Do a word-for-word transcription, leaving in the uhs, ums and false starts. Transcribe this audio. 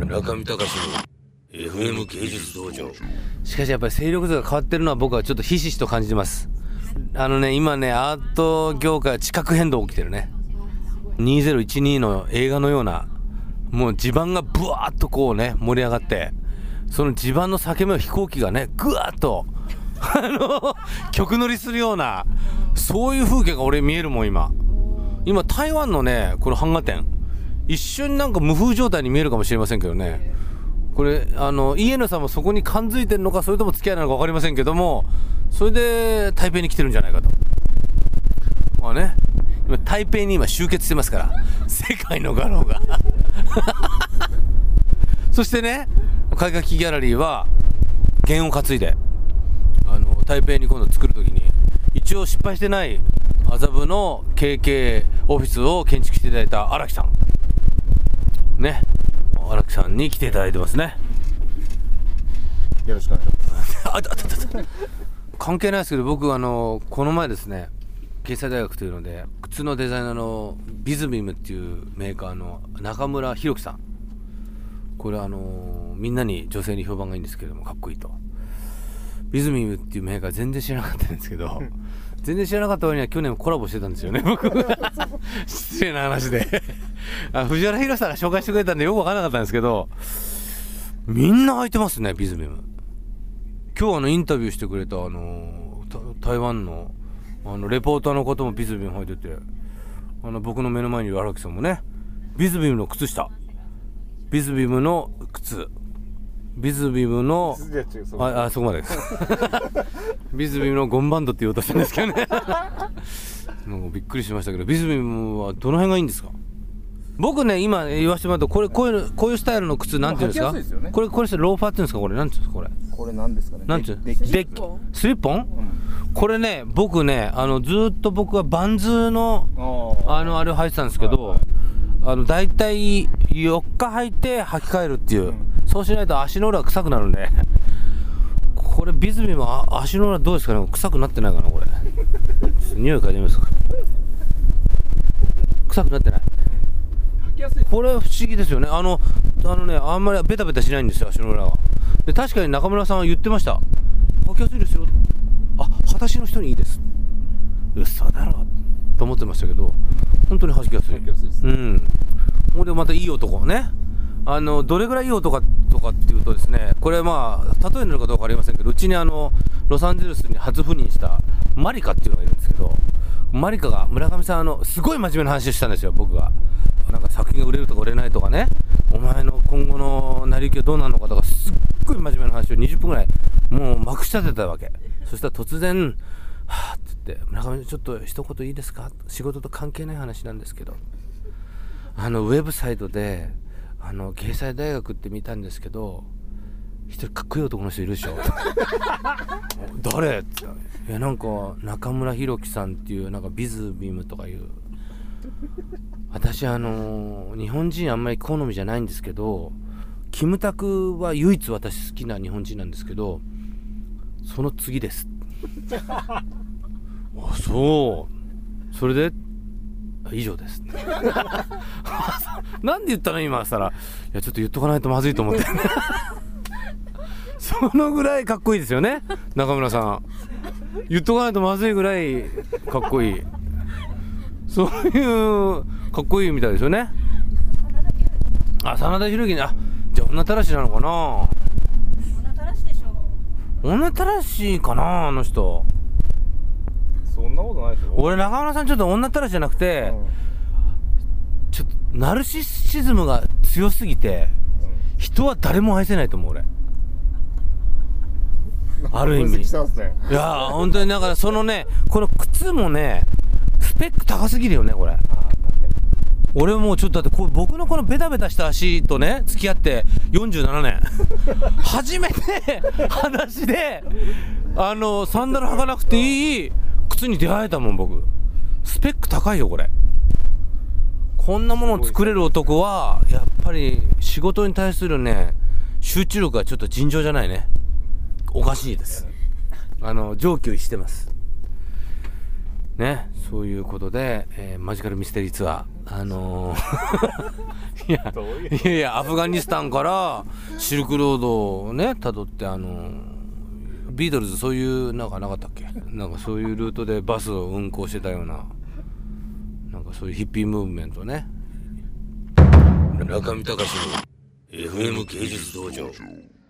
中見隆の エフエム 芸術道場。しかしやっぱり勢力図が変わってるのは僕はちょっとひしひしと感じてます。あのね今ねアート業界は地殻変動起きてるね。にせんじゅうにの映画のようなもう地盤がブワーッとこうね盛り上がって、その地盤の裂け目を飛行機がねグワーッとあの曲乗りするようなそういう風景が俺見えるもん。今今台湾のねこの版画展一瞬なんか無風状態に見えるかもしれませんけどね、これあのイエヌさんもそこに感づいてるのかそれとも付き合いなのか分かりませんけども、それで台北に来てるんじゃないかと。まあね今台北に今集結してますから世界の画廊がそしてね絵画機ギャラリーは弦を担いであの台北に今度作るときに一応失敗してない麻布の ケーケー オフィスを建築していただいた荒木さんね、荒木さんに来ていただいてますね。 よろしくお願いしますああ関係ないですけど僕あのこの前ですね経済大学というので靴のデザイナーのビズビムっていうメーカーの中村弘樹さん、これあのみんなに女性に評判がいいんですけどもかっこいいと。ビズビムっていうメーカー全然知らなかったんですけど全然知らなかった割には去年もコラボしてたんですよね僕失礼な話であ藤原宏さんが紹介してくれたんでよく分からなかったんですけど、みんな履いてますねビズビム。今日あのインタビューしてくれたあの台湾のあのレポーターの方もビズビム履いてて、あの僕の目の前にいる荒木さんもねビズビムの靴下、ビズビムの靴、ビズビムのああそこまでですビズビムのゴンバンドって言おうとしたんですけどねもうびっくりしましたけど、ビズビムはどの辺がいいんですか？僕ね今言わせてもらうとこれこういうこういうスタイルの靴なんていうんですか？ 履きやすいですよね。 これこれローファーっていうんですか？これなんていうんですかこれ？ これなんですかね。 なんていうんデッキデッキスリッポン、うん、これね僕ねあのずーっと僕はバンズのあのあれを履いてたんですけど、はいはい、あのだいたいよっか履いて履き替えるっていう、うん、そうしないと足の裏が臭くなるんでこれビズビムは足の裏どうですかね？臭くなってないかなこれ匂い嗅いでみますか？臭くなってない？これ不思議ですよね。あのあのねあんまりベタベタしないんですよ足の裏が。で確かに中村さんは言ってました。履きやすいですよ。あ、裸足の人にいいです。嘘だろと思ってましたけど本当に履きやすい。履きやすいです。うん。ほんでまたいい男ね。あのどれぐらいいい男かとかっていうとですね、これまあ例えになるかどうかありませんけど、うちにあのロサンゼルスに初赴任したマリカっていうのがいるんですけど、マリカが村上さんあのすごい真面目な話をしたんですよ僕が。なんか作品が売れるとか売れないとかね、お前の今後の成り行きはどうなるのかとかすっごい真面目な話をにじゅっぷんぐらいもうまくし立てたわけ。そしたら突然はぁって言って、村上ちょっと一言いいですか？仕事と関係ない話なんですけど、あのウェブサイトであの経済大学って見たんですけど一人かっこいい男の人いるでしょ誰って言ったら、いやなんか中村弘樹さんっていうなんかビズビムとかいう私あのー、日本人あんまり好みじゃないんですけどキムタクは唯一私好きな日本人なんですけどその次ですあそうそれで以上ですなんで言ったの今さら、いやちょっと言っとかないとまずいと思ってそのぐらいかっこいいですよね中村さん。言っとかないとまずいぐらいかっこいい、そういうかっこいいみたいですよね。あ、真田広之ね。あ、じゃあ女たらしなのかな。 女たらしでしょ。 女たらしかなあの人。 そんなことないですよ。 俺中村さんちょっと女たらしじゃなくて、うん、ちょっとナルシシズムが強すぎて、うん、人は誰も愛せないと思う俺。ある意味。いや本当にだからそのねこの靴もねスペック高すぎるよねこれ。俺もうちょっとだってこう僕のこのベタベタした足とね付き合ってよんじゅうななねん初めて裸足であのサンダル履かなくていい靴に出会えたもん僕。スペック高いよこれ。こんなものを作れる男はやっぱり仕事に対するね集中力がちょっと尋常じゃないね。おかしいです。あの上級してます。 ね、そういうことで、えーマジカルミステリーツアー、あのー、いやどういういやいや、アフガニスタンからシルクロードをねたどって、あのービートルズそういうなんかなかったっけ、なんかそういうルートでバスを運行してたような、なんかそういうヒッピームーブメントね。中見隆の エフエム 芸術道場。